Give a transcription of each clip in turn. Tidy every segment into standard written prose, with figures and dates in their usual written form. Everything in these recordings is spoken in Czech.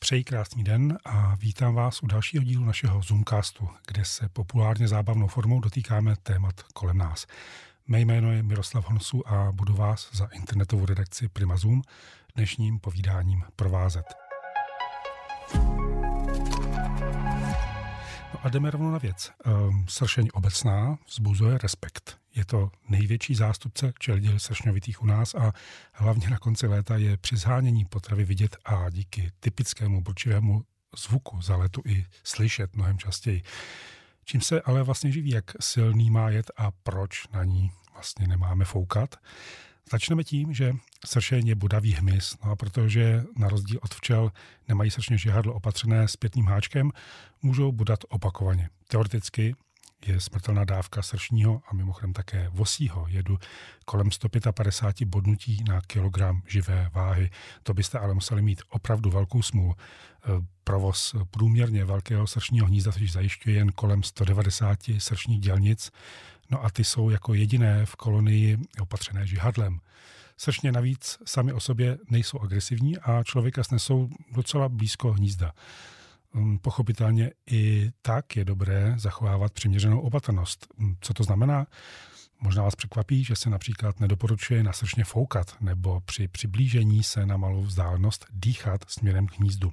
Přeji krásný den a vítám vás u dalšího dílu našeho Zoomcastu, kde se populárně zábavnou formou dotýkáme témat kolem nás. Mé jméno je Miroslav Honsu a budu vás za internetovou redakci Prima Zoom dnešním povídáním provázet. No a jdeme rovnou na věc. Sršeň obecná vzbuzuje respekt. Je to největší zástupce čeldil sršňovitých u nás a hlavně na konci léta je při zhánění potravy vidět a díky typickému burčivému zvuku za letu i slyšet mnohem častěji. Čím se ale vlastně živí, jak silný má jet a proč na ní vlastně nemáme foukat? Začneme tím, že sršeň je bodavý hmyz, no a protože na rozdíl od včel nemají sršně žihadlo opatřené zpětným háčkem, můžou bodat opakovaně. Teoreticky je smrtelná dávka sršního a mimochodem také vosího jedu kolem 155 bodnutí na kilogram živé váhy. To byste ale museli mít opravdu velkou smůlu. Provoz průměrně velkého sršního hnízda totiž zajišťuje jen kolem 190 sršních dělnic, no a ty jsou jako jediné v kolonii opatřené žihadlem. Sršně navíc sami o sobě nejsou agresivní a člověka snesou docela blízko hnízda. Pochopitelně i tak je dobré zachovávat přiměřenou opatrnost. Co to znamená? Možná vás překvapí, že se například nedoporučuje na sršně foukat nebo při přiblížení se na malou vzdálenost dýchat směrem k hnízdu.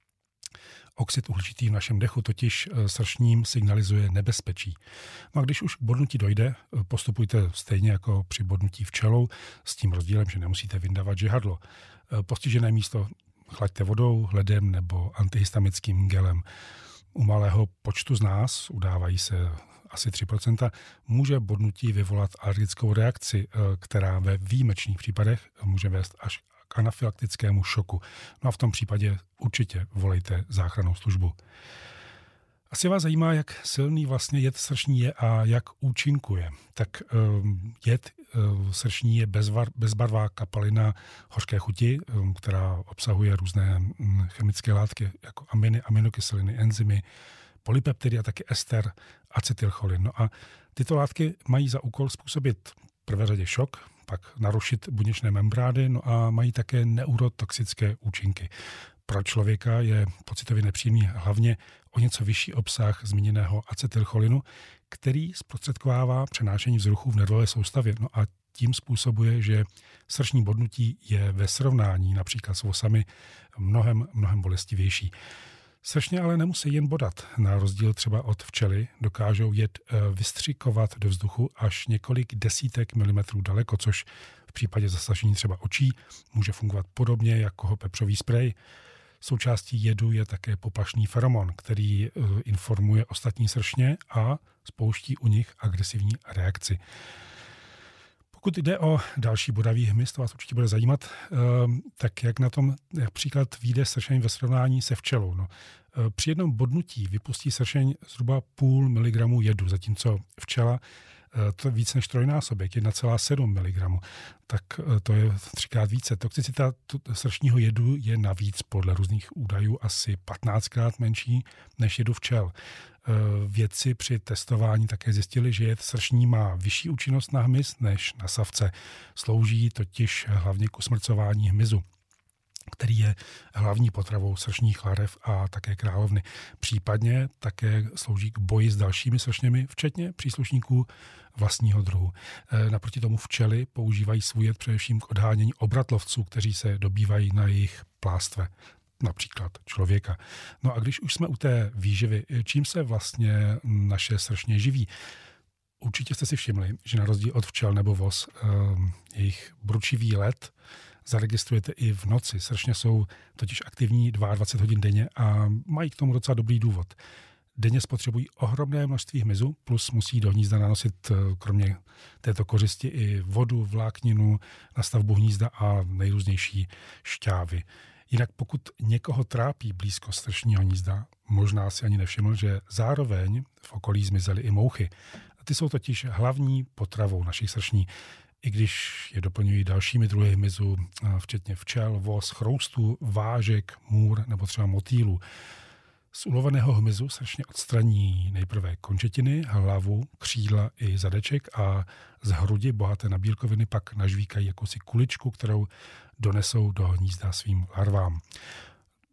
Oxid uhličitý v našem dechu totiž sršním signalizuje nebezpečí. No a když už k bodnutí dojde, postupujte stejně jako při bodnutí včelou, s tím rozdílem, že nemusíte vyndavat žihadlo. Postižené místo chlaďte vodou, ledem nebo antihystamickým gelem. U malého počtu z nás, udávají se asi 3%, může bodnutí vyvolat alergickou reakci, která ve výjimečných případech může vést až k anafylaktickému šoku. No a v tom případě určitě volejte záchrannou službu. Asi vás zajímá, jak silný vlastně jed sršní je a jak účinkuje. Tak jed sršní je bezbarvá kapalina hořké chuti, která obsahuje různé chemické látky jako aminy, aminokyseliny, enzymy, polypeptidy a taky ester, acetylcholin. No a tyto látky mají za úkol způsobit v prvé řadě šok, pak narušit buněčné membrány, no a mají také neurotoxické účinky. Pro člověka je pocitově nepříjemný hlavně o něco vyšší obsah zmíněného acetylcholinu, který zprostředkovává přenášení vzruchu v nervové soustavě. No a tím způsobuje, že sršní bodnutí je ve srovnání například s vosami mnohem bolestivější. Sršně ale nemusí jen bodat. Na rozdíl třeba od včely dokážou jed vystřikovat do vzduchu až několik desítek milimetrů daleko, což v případě zasažení třeba očí může fungovat podobně jako pepřový sprej. Součástí jedu je také poplašný feromon, který informuje ostatní sršně a spouští u nich agresivní reakci. Pokud jde o další bodavý hmyz, to vás určitě bude zajímat, tak jak na tom například vyjde sršeň ve srovnání se včelou. No, při jednom bodnutí vypustí sršeň zhruba 0,5 mg jedu, zatímco včela to je víc než trojnásobek, 1,7 mg, tak to je 3x více. Toxicita sršního jedu je navíc podle různých údajů asi 15krát menší než jedu včel. Vědci při testování také zjistili, že jed sršní má vyšší účinnost na hmyz než na savce. Slouží totiž hlavně k usmrcování hmyzu, který je hlavní potravou sršních larev a také královny. Případně také slouží k boji s dalšími sršněmi, včetně příslušníků vlastního druhu. Naproti tomu včely používají svůj jed především k odhánění obratlovců, kteří se dobývají na jejich plástve, například člověka. No a když už jsme u té výživy, čím se vlastně naše sršně živí? Určitě jste si všimli, že na rozdíl od včel nebo vos, jejich bručivý let zaregistrujete i v noci. Sršně jsou totiž aktivní 22 hodin denně a mají k tomu docela dobrý důvod. Denně spotřebují ohromné množství hmyzu, plus musí do hnízda nanosit kromě této kořisti i vodu, vlákninu na stavbu hnízda a nejrůznější šťávy. Jinak pokud někoho trápí blízkost sršního hnízda, možná si ani nevšiml, že zároveň v okolí zmizely i mouchy. Ty jsou totiž hlavní potravou našich sršní, i když je doplňují dalšími druhy hmyzu, včetně včel, vos, chroustů, vážek, můr nebo třeba motýlů. Z uloveného hmyzu sršně odstraní nejprve končetiny, hlavu, křídla i zadeček a z hrudi bohaté na bílkoviny pak nažvíkají jakousi kuličku, kterou donesou do hnízda svým larvám.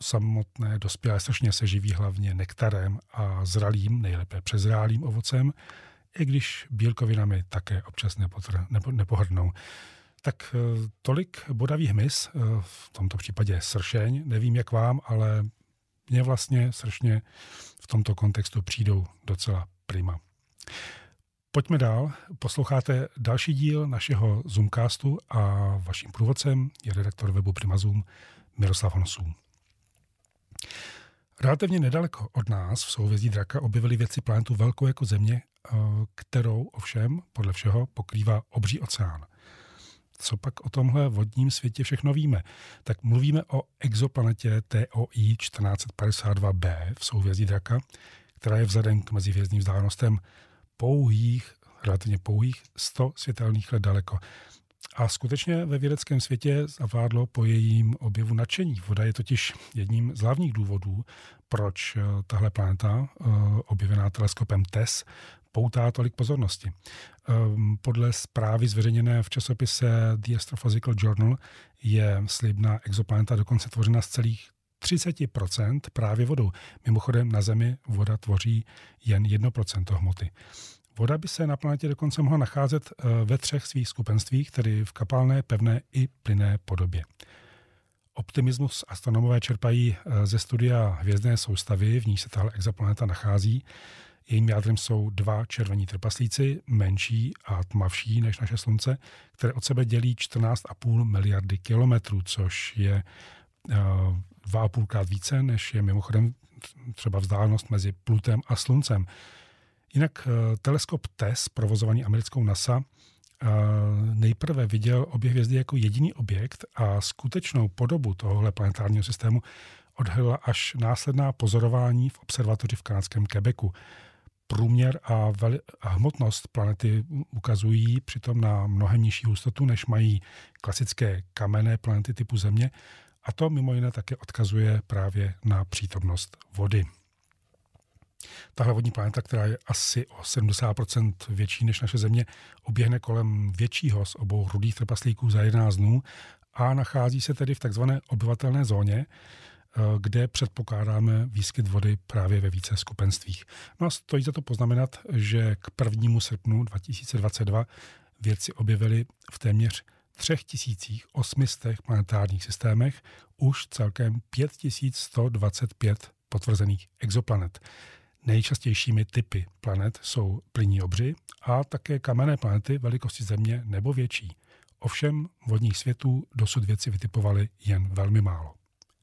samotné dospělé sršně se živí hlavně nektarem a zralým, nejlépe přezrálým ovocem, i když bílkovinami také občas nepohrdnou. Tak tolik bodavý hmyz, v tomto případě sršeň. Nevím, jak vám, ale mně vlastně sršně v tomto kontextu přijdou docela prima. Pojďme dál. Posloucháte další díl našeho Zoomcastu a vaším průvodcem je redaktor webu Prima Zoom Miroslav Honosů. Relativně nedaleko od nás v souhvězdí Draka objevili vědci planetu velkou jako Země, kterou ovšem podle všeho pokrývá obří oceán. Co pak o tomhle vodním světě všechno víme? Tak mluvíme o exoplanetě TOI 1452b v souhvězdí Draka, která je vzhledem k mezihvězdním vzdálenostem relativně pouhých 100 světelných let daleko. A skutečně ve vědeckém světě zavládlo po jejím objevu nadšení. Voda je totiž jedním z hlavních důvodů, proč tahle planeta, objevená teleskopem TESS, poutá tolik pozornosti. Podle zprávy zveřejněné v časopise The Astrophysical Journal je slibná exoplaneta dokonce tvořena z celých 30% právě vodou. Mimochodem na Zemi voda tvoří jen 1% hmoty. Voda by se na planetě dokonce mohla nacházet ve 3 svých skupenstvích, tedy v kapalné, pevné i plynné podobě. Optimismus astronomové čerpají ze studia hvězdné soustavy, v níž se tahle exoplaneta nachází. Jejím jádrem jsou 2 červení trpaslíci, menší a tmavší než naše Slunce, které od sebe dělí 14,5 miliardy kilometrů, což je 2,5krát více, než je mimochodem třeba vzdálenost mezi Plutem a Sluncem. Jinak teleskop TESS, provozovaný americkou NASA, nejprve viděl obě hvězdy jako jediný objekt a skutečnou podobu tohohle planetárního systému odhalila až následná pozorování v observatoři v kanadském Quebecu. Průměr a hmotnost planety ukazují přitom na mnohem nižší hustotu, než mají klasické kamenné planety typu Země, a to mimo jiné také odkazuje právě na přítomnost vody. Tahle vodní planeta, která je asi o 70% větší než naše Země, oběhne kolem většího z obou rudých trpaslíků za 11 dnů a nachází se tedy v takzvané obyvatelné zóně, kde předpokládáme výskyt vody právě ve více skupenstvích. No a stojí za to poznamenat, že k 1. srpnu 2022 vědci objevili v téměř 3800 planetárních systémech už celkem 5125 potvrzených exoplanet. Nejčastějšími typy planet jsou plynní obři a také kamenné planety velikosti Země nebo větší. Ovšem vodních světů dosud vědci vytipovali jen velmi málo.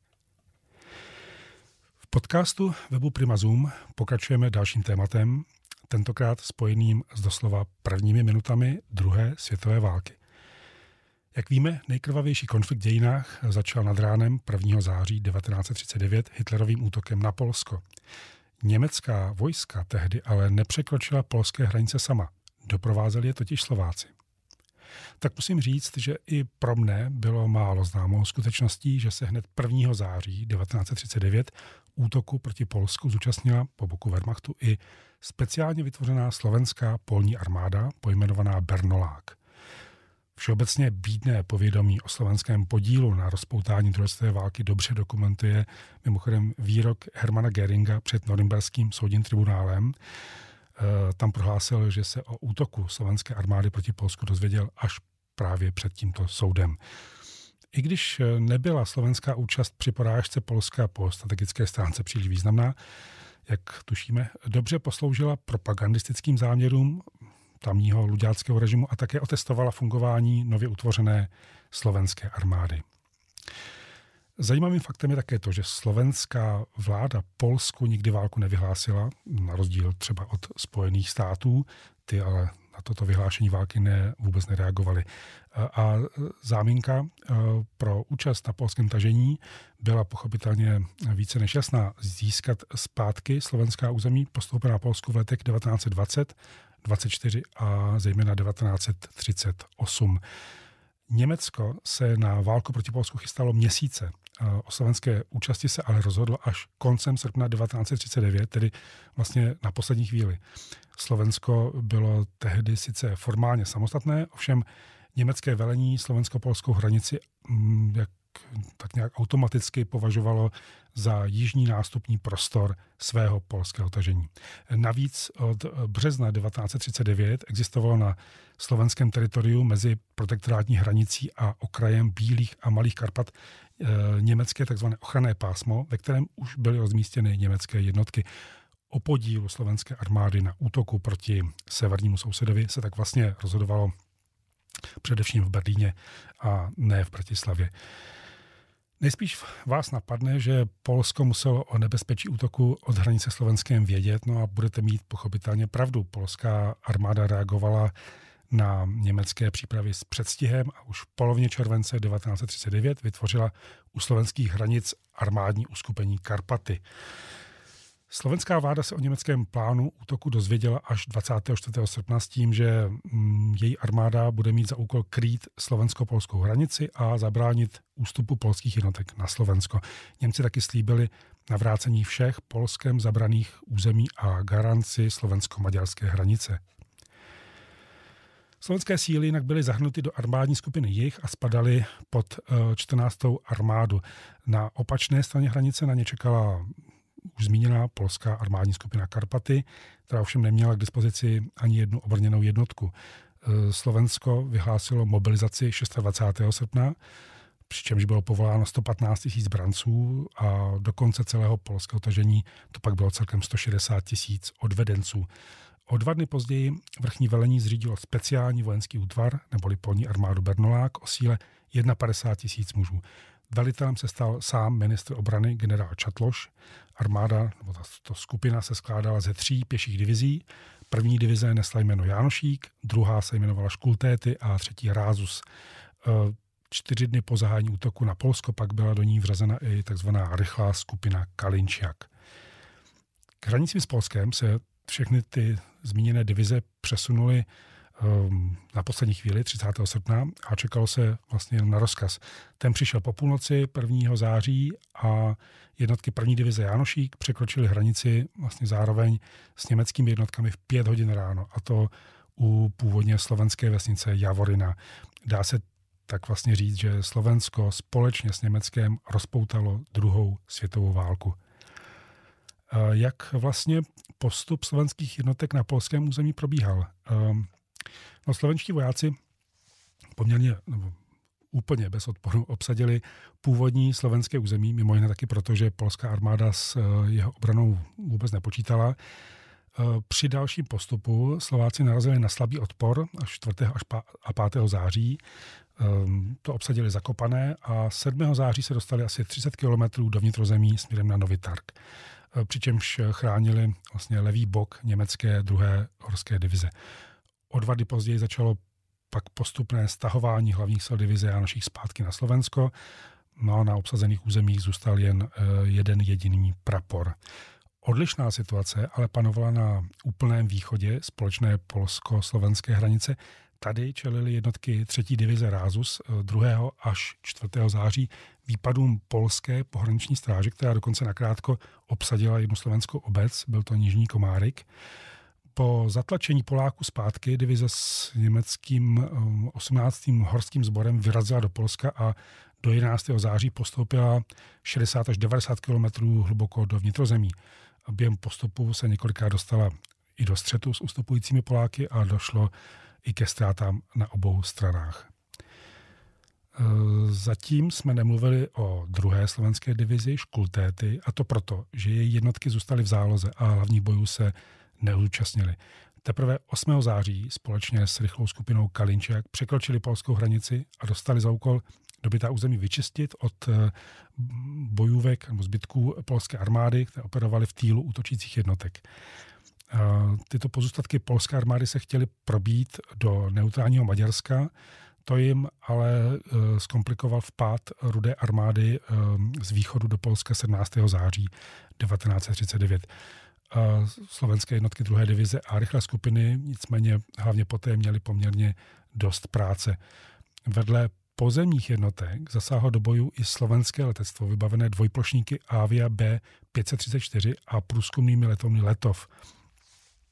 V podcastu webu Prima Zoom pokračujeme dalším tématem, tentokrát spojeným s doslova prvními minutami druhé světové války. Jak víme, nejkrvavější konflikt v dějinách začal nad ránem 1. září 1939 Hitlerovým útokem na Polsko. Německá vojska tehdy ale nepřekročila polské hranice sama. Doprovázeli je totiž Slováci. Tak musím říct, že i pro mne bylo málo známou skutečností, že se hned 1. září 1939 útoku proti Polsku zúčastnila po boku Wehrmachtu i speciálně vytvořená slovenská polní armáda pojmenovaná Bernolák. Všeobecně bídné povědomí o slovenském podílu na rozpoutání druhé světové války dobře dokumentuje mimochodem výrok Hermana Göringa před norimberským soudním tribunálem. Tam prohlásil, že se o útoku slovenské armády proti Polsku dozvěděl až právě před tímto soudem. I když nebyla slovenská účast při porážce Polska po strategické stránce příliš významná, jak tušíme, dobře posloužila propagandistickým záměrům tamního luďáckého režimu a také otestovala fungování nově utvořené slovenské armády. Zajímavým faktem je také to, že slovenská vláda Polsku nikdy válku nevyhlásila, na rozdíl třeba od Spojených států, ty ale na toto vyhlášení války vůbec nereagovaly. A záminka pro účast na polském tažení byla pochopitelně více než jasná. Získat zpátky slovenská území postoupená Polsku v letech 1920, 1924 a zejména 1938. Německo se na válku proti Polsku chystalo měsíce. O slovenské účasti se ale rozhodlo až koncem srpna 1939, tedy vlastně na poslední chvíli. Slovensko bylo tehdy sice formálně samostatné, ovšem německé velení slovensko-polskou hranici, jak tak nějak automaticky považovalo za jižní nástupní prostor svého polského tažení. Navíc od března 1939 existovalo na slovenském teritoriu mezi protektorátní hranicí a okrajem Bílých a Malých Karpat německé tzv. Ochranné pásmo, ve kterém už byly rozmístěny německé jednotky. O podílu slovenské armády na útoku proti severnímu sousedovi se tak vlastně rozhodovalo především v Berlíně a ne v Bratislavě. Nejspíš vás napadne, že Polsko muselo o nebezpečí útoku od hranice slovenském vědět, no a budete mít pochopitelně pravdu. Polská armáda reagovala na německé přípravy s předstihem a už v polovině července 1939 vytvořila u slovenských hranic armádní uskupení Karpaty. Slovenská vláda se o německém plánu útoku dozvěděla až 24. srpna s tím, že její armáda bude mít za úkol krýt slovensko-polskou hranici a zabránit ústupu polských jednotek na Slovensko. Němci taky slíbili navrácení všech polskem zabraných území a garanci slovensko-maďarské hranice. Slovenské síly jinak byly zahrnuty do armádní skupiny Jih a spadaly pod 14. armádu. Na opačné straně hranice na ně čekala už zmíněná polská armádní skupina Karpaty, která ovšem neměla k dispozici ani jednu obrněnou jednotku. Slovensko vyhlásilo mobilizaci 26. srpna, přičemž bylo povoláno 115 000 branců a do konce celého polského tažení to pak bylo celkem 160 000 odvedenců. O 2 dny později vrchní velení zřídilo speciální vojenský útvar, neboli polní armádu Bernolák, o síle 51 000 mužů. Velitelem se stal sám ministr obrany generál Čatloš. Armáda, nebo tato skupina se skládala ze 3 pěších divizí. První divize nesla jméno Jánošík, druhá se jmenovala Škultéty a třetí Rázus. 4 dny po zahájení útoku na Polsko pak byla do ní vřazena i takzvaná rychlá skupina Kalinčiak. K hranicím s Polskem se všechny ty zmíněné divize přesunuly na poslední chvíli 30. srpna a čekalo se vlastně na rozkaz. Ten přišel po půlnoci 1. září a jednotky první divize Jánošík překročily hranici vlastně zároveň s německými jednotkami v 5 hodin ráno, a to u původně slovenské vesnice Javorina. Dá se tak vlastně říct, že Slovensko společně s Německem rozpoutalo 2. světovou válku. Jak vlastně postup slovenských jednotek na polském území probíhal? Slovenští vojáci poměrně úplně bez odporu obsadili původní slovenské území, mimo jiné taky proto, že polská armáda s jeho obranou vůbec nepočítala. Při dalším postupu Slováci narazili na slabý odpor až 4. a 5. září. To obsadili Zakopané a 7. září se dostali asi 30 kilometrů do vnitrozemí směrem na Nový Targ. Přičemž chránili vlastně levý bok německé 2. horské divize. O 2 dny později začalo pak postupné stahování hlavních sil divize Jánoších zpátky na Slovensko. No a na obsazených územích zůstal jen jeden jediný prapor. Odlišná situace ale panovala na úplném východě společné polsko-slovenské hranice. Tady čelily jednotky 3. divize Rázus 2. až 4. září výpadům polské pohraniční stráže, která dokonce nakrátko obsadila jednu slovenskou obec, byl to Nižní Komárik. Po zatlačení Poláků zpátky divize s německým 18. horským sborem vyrazila do Polska a do 11. září postoupila 60 až 90 kilometrů hluboko do vnitrozemí. Během postupu se několikrát dostala i do střetu s ustupujícími Poláky a došlo i ke ztrátám na obou stranách. Zatím jsme nemluvili o 2. slovenské divizi Škultéty, a to proto, že její jednotky zůstaly v záloze a hlavních bojů se neúčastnili. Teprve 8. září společně s rychlou skupinou Kalinčiak překročili polskou hranici a dostali za úkol dobytá území vyčistit od bojůvek nebo zbytků polské armády, které operovaly v týlu útočících jednotek. Tyto pozůstatky polské armády se chtěly probít do neutrálního Maďarska, to jim ale zkomplikoval vpád Rudé armády z východu do Polska 17. září 1939. Slovenské jednotky 2. divize a rychlé skupiny, nicméně hlavně poté měly poměrně dost práce. Vedle pozemních jednotek zasáhlo do bojů i slovenské letectvo, vybavené dvojplošníky Avia B-534 a průzkumnými letouny Letov.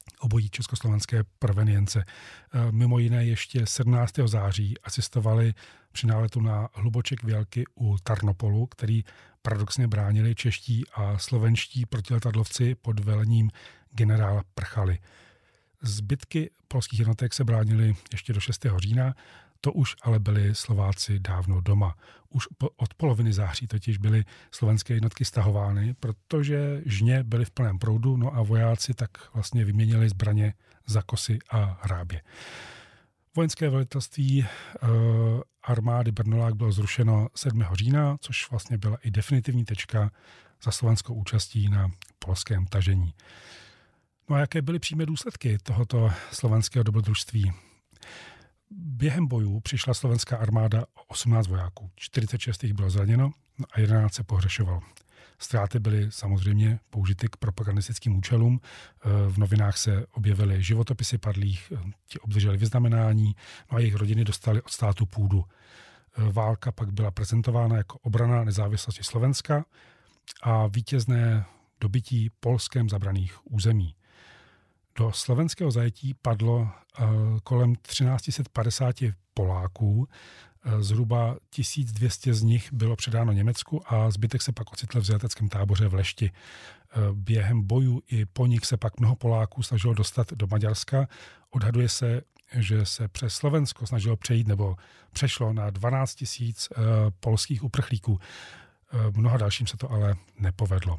obojí československé provenience. Mimo jiné ještě 17. září asistovali při náletu na Hluboček Vělky u Tarnopolu, který paradoxně bránili čeští a slovenští protiletadlovci pod velením generála Prchaly. Zbytky polských jednotek se bránili ještě do 6. října, to už ale byli Slováci dávno doma. Už od poloviny září totiž byly slovenské jednotky stahovány, protože žně byly v plném proudu, no a vojáci tak vlastně vyměnili zbraně za kosy a hrábě. Vojenské velitelství armády Brnolák bylo zrušeno 7. října, což vlastně byla i definitivní tečka za slovenskou účastí na polském tažení. No a jaké byly přímé důsledky tohoto slovenského dobrodružství? Během bojů přišla slovenská armáda o 18 vojáků. 46 jich bylo zraněno a 11 se pohřešovalo. Ztráty byly samozřejmě použity k propagandistickým účelům. V novinách se objevily životopisy padlých, ti obdrželi vyznamenání, no a jejich rodiny dostali od státu půdu. Válka pak byla prezentována jako obrana nezávislosti Slovenska a vítězné dobytí Polskem zabraných území. Do slovenského zajetí padlo kolem 1350 Poláků, zhruba 1200 z nich bylo předáno Německu a zbytek se pak ocitl v zajateckém táboře v Lešti. Během bojů i po nich se pak mnoho Poláků snažilo dostat do Maďarska. Odhaduje se, že se přes Slovensko snažilo přejít nebo přešlo na 12 000 polských uprchlíků. Mnoha dalším se to ale nepovedlo.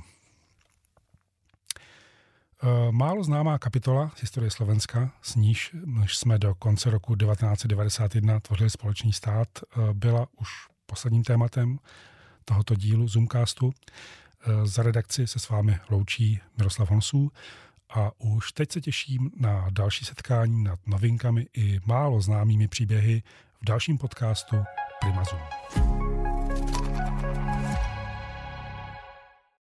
Málo známá kapitola z historie Slovenska, s níž jsme do konce roku 1991 tvořili společný stát, byla už posledním tématem tohoto dílu Zoomcastu. Za redakci se s vámi loučí Miroslav Honsů a už teď se těším na další setkání nad novinkami i málo známými příběhy v dalším podcastu Prima Zoom.